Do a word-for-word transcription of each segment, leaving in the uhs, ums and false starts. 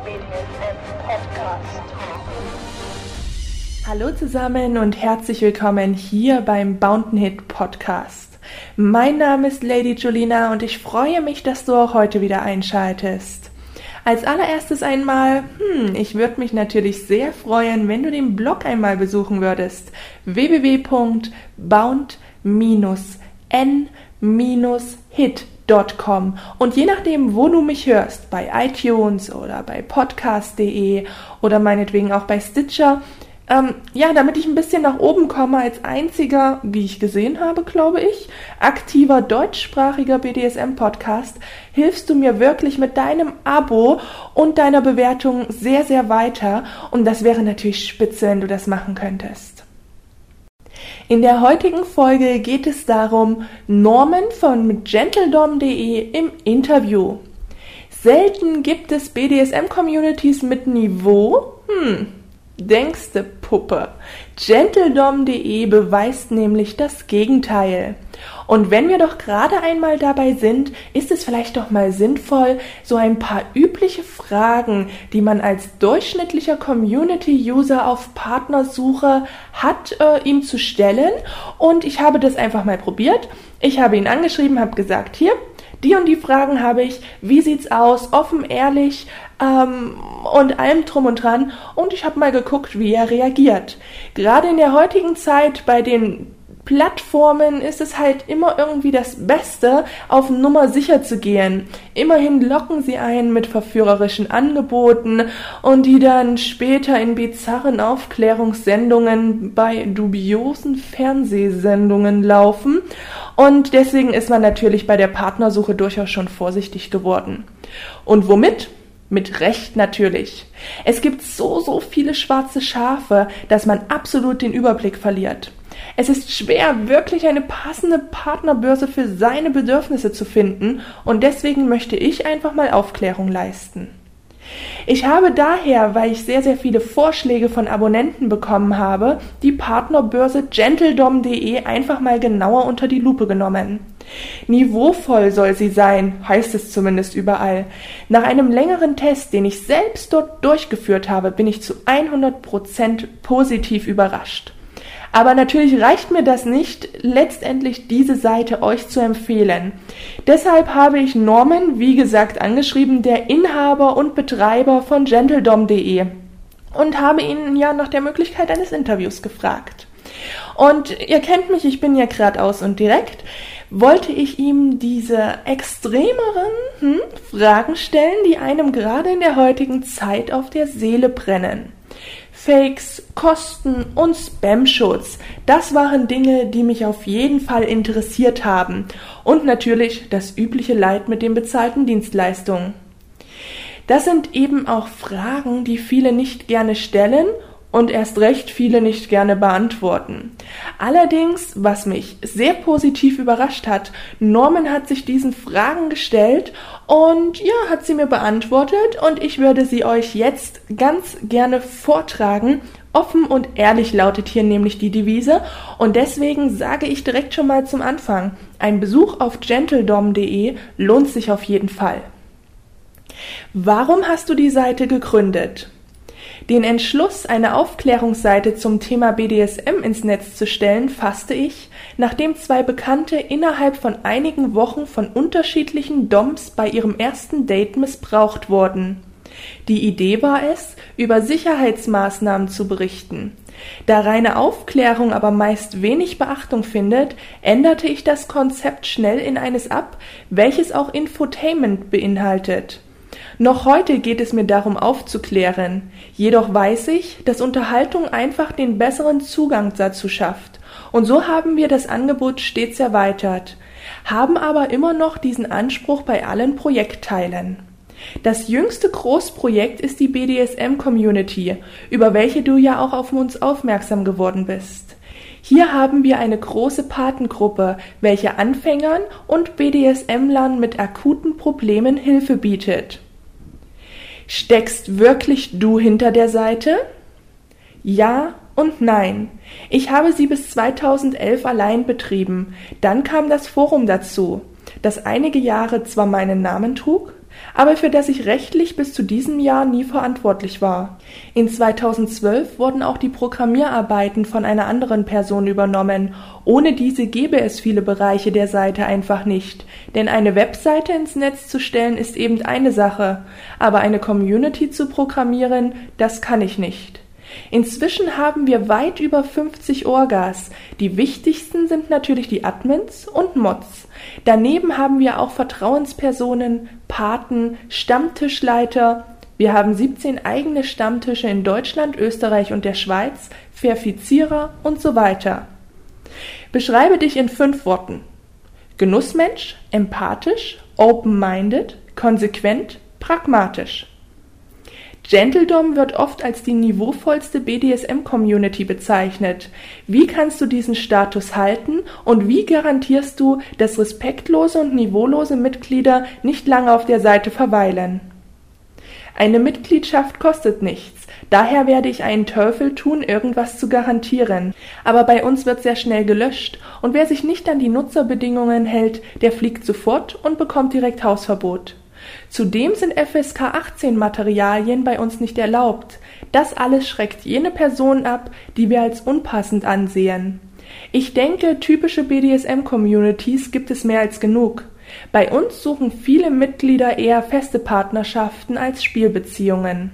B D S M Podcast. Hallo zusammen und herzlich willkommen hier beim Bountenhit Podcast. Mein Name ist Lady Julina und ich freue mich, dass du auch heute wieder einschaltest. Als allererstes einmal, hm, ich würde mich natürlich sehr freuen, wenn du den Blog einmal besuchen würdest. w w w punkt bound dash n dash hit punkt com und je nachdem, wo du mich hörst, bei iTunes oder bei podcast punkt de oder meinetwegen auch bei Stitcher, ähm, ja, damit ich ein bisschen nach oben komme als einziger, wie ich gesehen habe, glaube ich, aktiver deutschsprachiger B D S M-Podcast, hilfst du mir wirklich mit deinem Abo und deiner Bewertung sehr, sehr weiter und das wäre natürlich spitze, wenn du das machen könntest. In der heutigen Folge geht es darum, Norman von gentledom punkt de im Interview. Selten gibt es B D S M-Communities mit Niveau. Hm, denkste Puppe. gentledom punkt de beweist nämlich das Gegenteil. Und wenn wir doch gerade einmal dabei sind, ist es vielleicht doch mal sinnvoll, so ein paar übliche Fragen, die man als durchschnittlicher Community-User auf Partnersuche hat, äh, ihm zu stellen. Und ich habe das einfach mal probiert. Ich habe ihn angeschrieben, habe gesagt, hier, die und die Fragen habe ich, wie sieht's aus, offen, ehrlich ähm, und allem drum und dran. Und ich habe mal geguckt, wie er reagiert. Gerade in der heutigen Zeit bei den Plattformen ist es halt immer irgendwie das Beste, auf Nummer sicher zu gehen. Immerhin locken sie einen mit verführerischen Angeboten und die dann später in bizarren Aufklärungssendungen bei dubiosen Fernsehsendungen laufen. Und deswegen ist man natürlich bei der Partnersuche durchaus schon vorsichtig geworden. Und womit? Mit Recht natürlich. Es gibt so, so viele schwarze Schafe, dass man absolut den Überblick verliert. Es ist schwer, wirklich eine passende Partnerbörse für seine Bedürfnisse zu finden und deswegen möchte ich einfach mal Aufklärung leisten. Ich habe daher, weil ich sehr, sehr viele Vorschläge von Abonnenten bekommen habe, die Partnerbörse gentledom punkt de einfach mal genauer unter die Lupe genommen. Niveauvoll soll sie sein, heißt es zumindest überall. Nach einem längeren Test, den ich selbst dort durchgeführt habe, bin ich zu hundert Prozent positiv überrascht. Aber natürlich reicht mir das nicht, letztendlich diese Seite euch zu empfehlen. Deshalb habe ich Norman, wie gesagt, angeschrieben, der Inhaber und Betreiber von gentledom punkt de und habe ihn ja nach der Möglichkeit eines Interviews gefragt. Und ihr kennt mich, ich bin ja geradeaus und direkt, wollte ich ihm diese extremeren hm, Fragen stellen, die einem gerade in der heutigen Zeit auf der Seele brennen. Fakes, Kosten und Spam-Schutz, das waren Dinge, die mich auf jeden Fall interessiert haben. Und natürlich das übliche Leid mit den bezahlten Dienstleistungen. Das sind eben auch Fragen, die viele nicht gerne stellen und erst recht viele nicht gerne beantworten. Allerdings, was mich sehr positiv überrascht hat, Norman hat sich diesen Fragen gestellt und ja, hat sie mir beantwortet und ich würde sie euch jetzt ganz gerne vortragen. Offen und ehrlich lautet hier nämlich die Devise und deswegen sage ich direkt schon mal zum Anfang, ein Besuch auf gentledom punkt de lohnt sich auf jeden Fall. Warum hast du die Seite gegründet? Den Entschluss, eine Aufklärungsseite zum Thema B D S M ins Netz zu stellen, fasste ich, nachdem zwei Bekannte innerhalb von einigen Wochen von unterschiedlichen Doms bei ihrem ersten Date missbraucht wurden. Die Idee war es, über Sicherheitsmaßnahmen zu berichten. Da reine Aufklärung aber meist wenig Beachtung findet, änderte ich das Konzept schnell in eines ab, welches auch Infotainment beinhaltet. Noch heute geht es mir darum aufzuklären, jedoch weiß ich, dass Unterhaltung einfach den besseren Zugang dazu schafft. Und so haben wir das Angebot stets erweitert, haben aber immer noch diesen Anspruch bei allen Projektteilen. Das jüngste Großprojekt ist die B D S M-Community, über welche du ja auch auf uns aufmerksam geworden bist. Hier haben wir eine große Patengruppe, welche Anfängern und B D S M-Lern mit akuten Problemen Hilfe bietet. Steckst wirklich du hinter der Seite? Ja und nein. Ich habe sie bis zweitausendelf allein betrieben. Dann kam das Forum dazu, das einige Jahre zwar meinen Namen trug, aber für das ich rechtlich bis zu diesem Jahr nie verantwortlich war. In zweitausendzwölf wurden auch die Programmierarbeiten von einer anderen Person übernommen. Ohne diese gäbe es viele Bereiche der Seite einfach nicht, denn eine Webseite ins Netz zu stellen ist eben eine Sache, aber eine Community zu programmieren, das kann ich nicht. Inzwischen haben wir weit über fünfzig Orgas. Die wichtigsten sind natürlich die Admins und Mods. Daneben haben wir auch Vertrauenspersonen, Paten, Stammtischleiter. Wir haben siebzehn eigene Stammtische in Deutschland, Österreich und der Schweiz, Verifizierer und so weiter. Beschreibe dich in fünf Worten. Genussmensch, empathisch, open-minded, konsequent, pragmatisch. Gentledom wird oft als die niveauvollste B D S M-Community bezeichnet. Wie kannst du diesen Status halten und wie garantierst du, dass respektlose und niveaulose Mitglieder nicht lange auf der Seite verweilen? Eine Mitgliedschaft kostet nichts, daher werde ich einen Teufel tun, irgendwas zu garantieren. Aber bei uns wird sehr schnell gelöscht und wer sich nicht an die Nutzerbedingungen hält, der fliegt sofort und bekommt direkt Hausverbot. Zudem sind F S K achtzehn Materialien bei uns nicht erlaubt. Das alles schreckt jene Personen ab, die wir als unpassend ansehen. Ich denke, typische B D S M-Communities gibt es mehr als genug. Bei uns suchen viele Mitglieder eher feste Partnerschaften als Spielbeziehungen.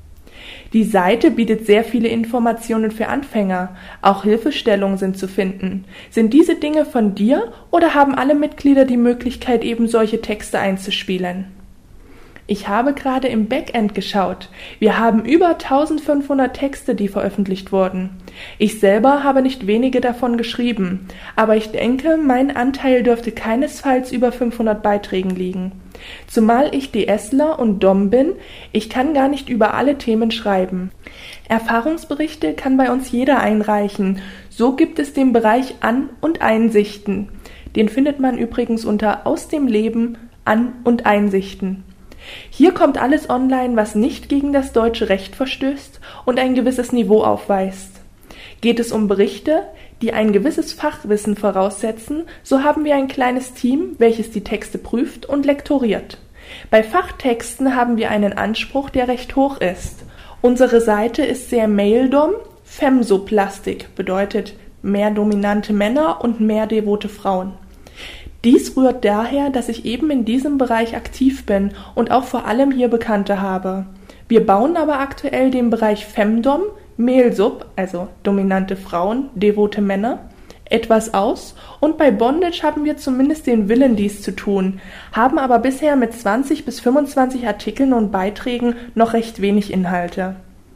Die Seite bietet sehr viele Informationen für Anfänger. Auch Hilfestellungen sind zu finden. Sind diese Dinge von dir oder haben alle Mitglieder die Möglichkeit, eben solche Texte einzuspielen? Ich habe gerade im Backend geschaut. Wir haben über eintausendfünfhundert Texte, die veröffentlicht wurden. Ich selber habe nicht wenige davon geschrieben, aber ich denke, mein Anteil dürfte keinesfalls über fünfhundert Beiträgen liegen. Zumal ich DSler und Dom bin, ich kann gar nicht über alle Themen schreiben. Erfahrungsberichte kann bei uns jeder einreichen. So gibt es den Bereich An- und Einsichten. Den findet man übrigens unter Aus dem Leben, An- und Einsichten. Hier kommt alles online, was nicht gegen das deutsche Recht verstößt und ein gewisses Niveau aufweist. Geht es um Berichte, die ein gewisses Fachwissen voraussetzen, so haben wir ein kleines Team, welches die Texte prüft und lektoriert. Bei Fachtexten haben wir einen Anspruch, der recht hoch ist. Unsere Seite ist sehr Male-Dom, Femsoplastik, bedeutet mehr dominante Männer und mehr devote Frauen. Dies rührt daher, dass ich eben in diesem Bereich aktiv bin und auch vor allem hier Bekannte habe. Wir bauen aber aktuell den Bereich Femdom, Male-Sub, also dominante Frauen, devote Männer, etwas aus und bei Bondage haben wir zumindest den Willen, dies zu tun, haben aber bisher mit zwanzig bis fünfundzwanzig Artikeln und Beiträgen noch recht wenig Inhalte.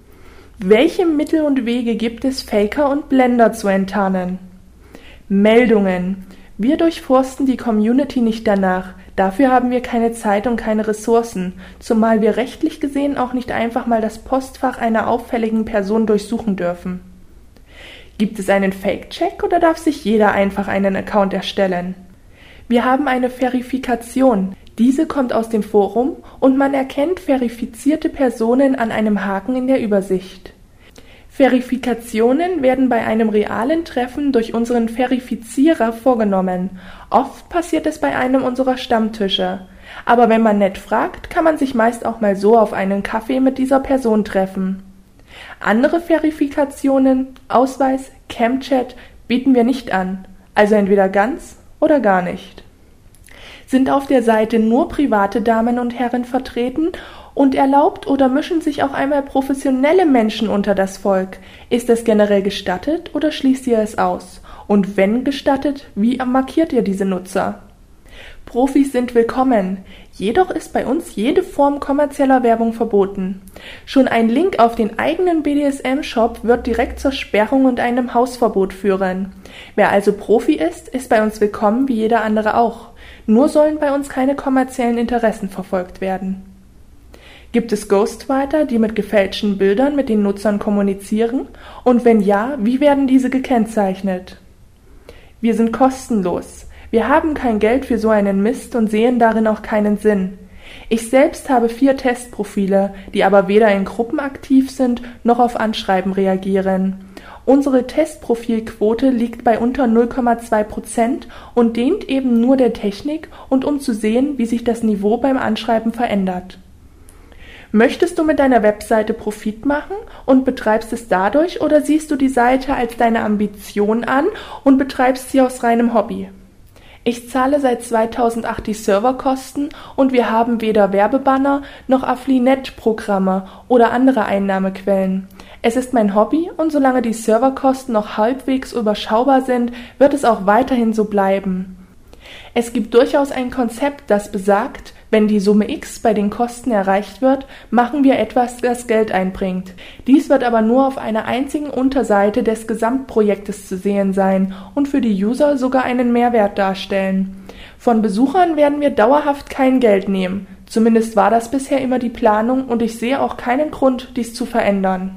Welche Mittel und Wege gibt es, Faker und Blender zu enttarnen? Meldungen. Wir durchforsten die Community nicht danach, dafür haben wir keine Zeit und keine Ressourcen, zumal wir rechtlich gesehen auch nicht einfach mal das Postfach einer auffälligen Person durchsuchen dürfen. Gibt es einen Fake-Check oder darf sich jeder einfach einen Account erstellen? Wir haben eine Verifikation. Diese kommt aus dem Forum und man erkennt verifizierte Personen an einem Haken in der Übersicht. Verifikationen werden bei einem realen Treffen durch unseren Verifizierer vorgenommen. Oft passiert es bei einem unserer Stammtische. Aber wenn man nett fragt, kann man sich meist auch mal so auf einen Kaffee mit dieser Person treffen. Andere Verifikationen, Ausweis, Camchat bieten wir nicht an, also entweder ganz oder gar nicht. Sind auf der Seite nur private Damen und Herren vertreten und erlaubt oder mischen sich auch einmal professionelle Menschen unter das Volk? Ist das generell gestattet oder schließt ihr es aus? Und wenn gestattet, wie markiert ihr diese Nutzer? Profis sind willkommen, jedoch ist bei uns jede Form kommerzieller Werbung verboten. Schon ein Link auf den eigenen B D S M-Shop wird direkt zur Sperrung und einem Hausverbot führen. Wer also Profi ist, ist bei uns willkommen wie jeder andere auch. Nur sollen bei uns keine kommerziellen Interessen verfolgt werden. Gibt es Ghostwriter, die mit gefälschten Bildern mit den Nutzern kommunizieren? Und wenn ja, wie werden diese gekennzeichnet? Wir sind kostenlos. Wir haben kein Geld für so einen Mist und sehen darin auch keinen Sinn. Ich selbst habe vier Testprofile, die aber weder in Gruppen aktiv sind, noch auf Anschreiben reagieren. Unsere Testprofilquote liegt bei unter null Komma zwei Prozent und dient eben nur der Technik und um zu sehen, wie sich das Niveau beim Anschreiben verändert. Möchtest du mit deiner Webseite Profit machen und betreibst es dadurch oder siehst du die Seite als deine Ambition an und betreibst sie aus reinem Hobby? Ich zahle seit zweitausendacht die Serverkosten und wir haben weder Werbebanner noch Affiliate-Programme oder andere Einnahmequellen. Es ist mein Hobby und solange die Serverkosten noch halbwegs überschaubar sind, wird es auch weiterhin so bleiben. Es gibt durchaus ein Konzept, das besagt, wenn die Summe X bei den Kosten erreicht wird, machen wir etwas, das Geld einbringt. Dies wird aber nur auf einer einzigen Unterseite des Gesamtprojektes zu sehen sein und für die User sogar einen Mehrwert darstellen. Von Besuchern werden wir dauerhaft kein Geld nehmen. Zumindest war das bisher immer die Planung und ich sehe auch keinen Grund, dies zu verändern.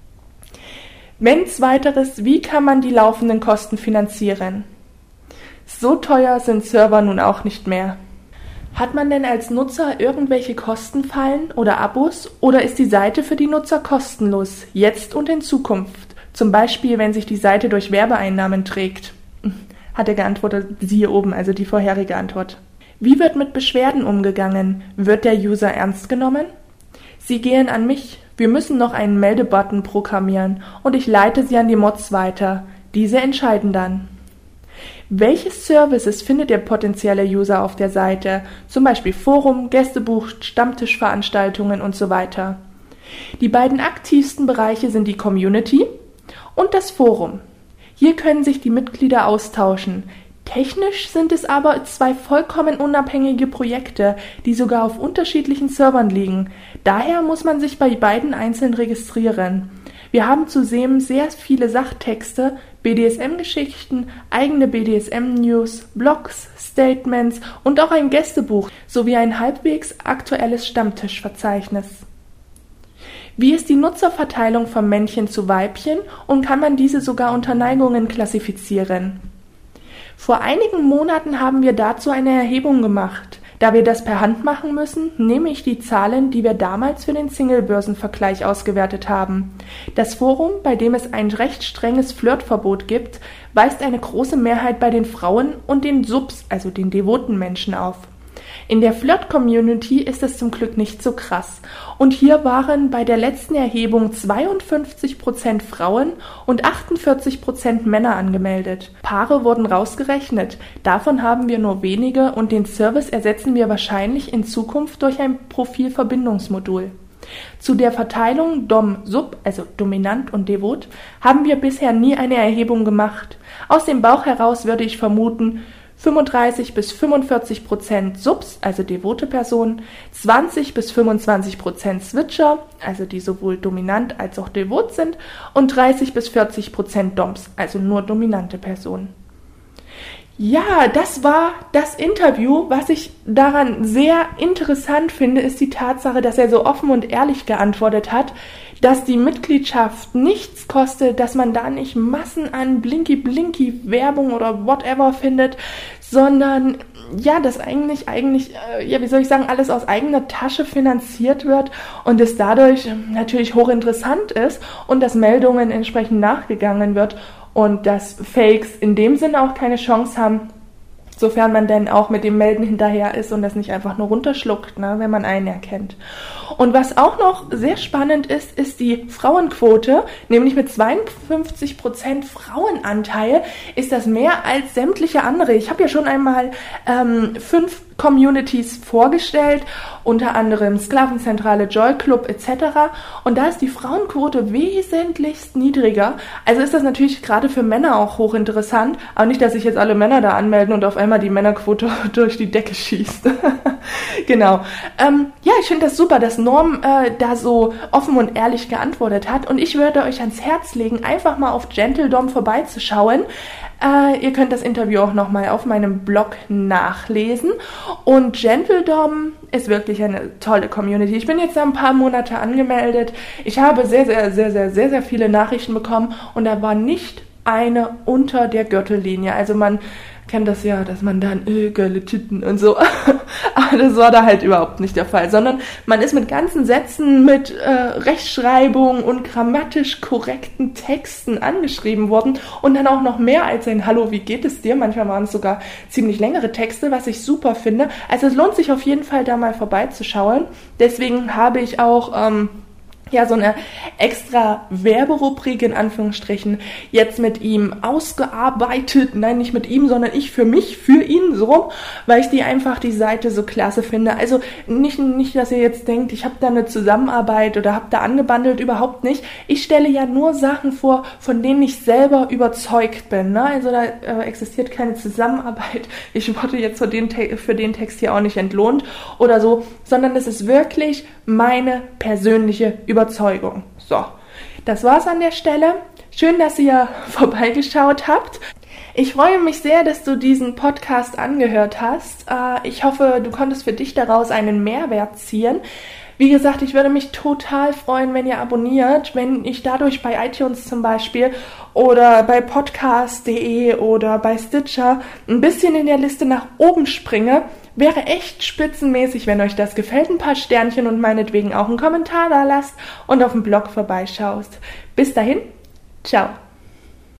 Wenn's weiteres, wie kann man die laufenden Kosten finanzieren? So teuer sind Server nun auch nicht mehr. Hat man denn als Nutzer irgendwelche Kostenfallen oder Abos oder ist die Seite für die Nutzer kostenlos, jetzt und in Zukunft? Zum Beispiel, wenn sich die Seite durch Werbeeinnahmen trägt? Hat er geantwortet, siehe oben, also die vorherige Antwort. Wie wird mit Beschwerden umgegangen? Wird der User ernst genommen? Sie gehen an mich. Wir müssen noch einen Meldebutton programmieren und ich leite sie an die Mods weiter. Diese entscheiden dann. Welche Services findet der potenzielle User auf der Seite? Zum Beispiel Forum, Gästebuch, Stammtischveranstaltungen und so weiter. Die beiden aktivsten Bereiche sind die Community und das Forum. Hier können sich die Mitglieder austauschen. Technisch sind es aber zwei vollkommen unabhängige Projekte, die sogar auf unterschiedlichen Servern liegen. Daher muss man sich bei beiden einzeln registrieren. Wir haben zudem sehr viele Sachtexte, B D S M-Geschichten, eigene B D S M-News, Blogs, Statements und auch ein Gästebuch sowie ein halbwegs aktuelles Stammtischverzeichnis. Wie ist die Nutzerverteilung vom Männchen zu Weibchen und kann man diese sogar unter Neigungen klassifizieren? Vor einigen Monaten haben wir dazu eine Erhebung gemacht. Da wir das per Hand machen müssen, nehme ich die Zahlen, die wir damals für den Single-Börsenvergleich ausgewertet haben. Das Forum, bei dem es ein recht strenges Flirtverbot gibt, weist eine große Mehrheit bei den Frauen und den Subs, also den devoten Menschen auf. In der Flirt-Community ist es zum Glück nicht so krass. Und hier waren bei der letzten Erhebung zweiundfünfzig Prozent Frauen und achtundvierzig Prozent Männer angemeldet. Paare wurden rausgerechnet. Davon haben wir nur wenige und den Service ersetzen wir wahrscheinlich in Zukunft durch ein Profilverbindungsmodul. Zu der Verteilung Dom-Sub, also dominant und devot, haben wir bisher nie eine Erhebung gemacht. Aus dem Bauch heraus würde ich vermuten, fünfunddreißig bis fünfundvierzig Prozent Subs, also devote Personen, zwanzig bis fünfundzwanzig Prozent Switcher, also die sowohl dominant als auch devot sind, und dreißig bis vierzig Prozent Doms, also nur dominante Personen. Ja, das war das Interview. Was ich daran sehr interessant finde, ist die Tatsache, dass er so offen und ehrlich geantwortet hat, dass die Mitgliedschaft nichts kostet, dass man da nicht Massen an Blinky-Blinky-Werbung oder whatever findet, sondern ja, dass eigentlich, eigentlich, äh, ja, wie soll ich sagen, alles aus eigener Tasche finanziert wird und es dadurch natürlich hochinteressant ist und dass Meldungen entsprechend nachgegangen wird und dass Fakes in dem Sinne auch keine Chance haben, sofern man denn auch mit dem Melden hinterher ist und das nicht einfach nur runterschluckt, ne, wenn man einen erkennt. Und was auch noch sehr spannend ist, ist die Frauenquote, nämlich mit zweiundfünfzig Prozent Frauenanteil ist das mehr als sämtliche andere. Ich habe ja schon einmal ähm, fünf Communities vorgestellt, unter anderem Sklavenzentrale, Joy Club et cetera. Und da ist die Frauenquote wesentlich niedriger. Also ist das natürlich gerade für Männer auch hochinteressant, aber nicht, dass sich jetzt alle Männer da anmelden und auf einmal die Männerquote durch die Decke schießt. Genau. Ähm, ja, ich finde das super, dass Norm äh, da so offen und ehrlich geantwortet hat. Und ich würde euch ans Herz legen, einfach mal auf Gentledom vorbeizuschauen. Äh, ihr könnt das Interview auch nochmal auf meinem Blog nachlesen. Und Gentledom ist wirklich eine tolle Community. Ich bin jetzt ein paar Monate angemeldet. Ich habe sehr, sehr, sehr, sehr, sehr, sehr viele Nachrichten bekommen und da war nicht eine unter der Gürtellinie. Also man kennt das ja, dass man dann, äh, geile Titten und so. Aber das war da halt überhaupt nicht der Fall, sondern man ist mit ganzen Sätzen, mit äh, Rechtschreibung und grammatisch korrekten Texten angeschrieben worden und dann auch noch mehr als ein Hallo, wie geht es dir? Manchmal waren es sogar ziemlich längere Texte, was ich super finde. Also es lohnt sich auf jeden Fall, da mal vorbeizuschauen. Deswegen habe ich auch ähm, ja so eine extra Werberubrik in Anführungsstrichen jetzt mit ihm ausgearbeitet. Nein, nicht mit ihm, sondern ich für mich, für ihn, so rum, weil ich die einfach die Seite so klasse finde. Also nicht, nicht dass ihr jetzt denkt, ich habe da eine Zusammenarbeit oder habe da angebandelt, überhaupt nicht. Ich stelle ja nur Sachen vor, von denen ich selber überzeugt bin. Ne? Also da äh, existiert keine Zusammenarbeit. Ich wurde jetzt für den, Te- für den Text hier auch nicht entlohnt oder so, sondern es ist wirklich meine persönliche Überzeugung. So, das war's an der Stelle. Schön, dass ihr vorbeigeschaut habt. Ich freue mich sehr, dass du diesen Podcast angehört hast. Ich hoffe, du konntest für dich daraus einen Mehrwert ziehen. Wie gesagt, ich würde mich total freuen, wenn ihr abonniert, wenn ich dadurch bei iTunes zum Beispiel oder bei podcast punkt de oder bei Stitcher ein bisschen in der Liste nach oben springe. Wäre echt spitzenmäßig, wenn euch das gefällt. Ein paar Sternchen und meinetwegen auch einen Kommentar da lasst und auf dem Blog vorbeischaust. Bis dahin, ciao.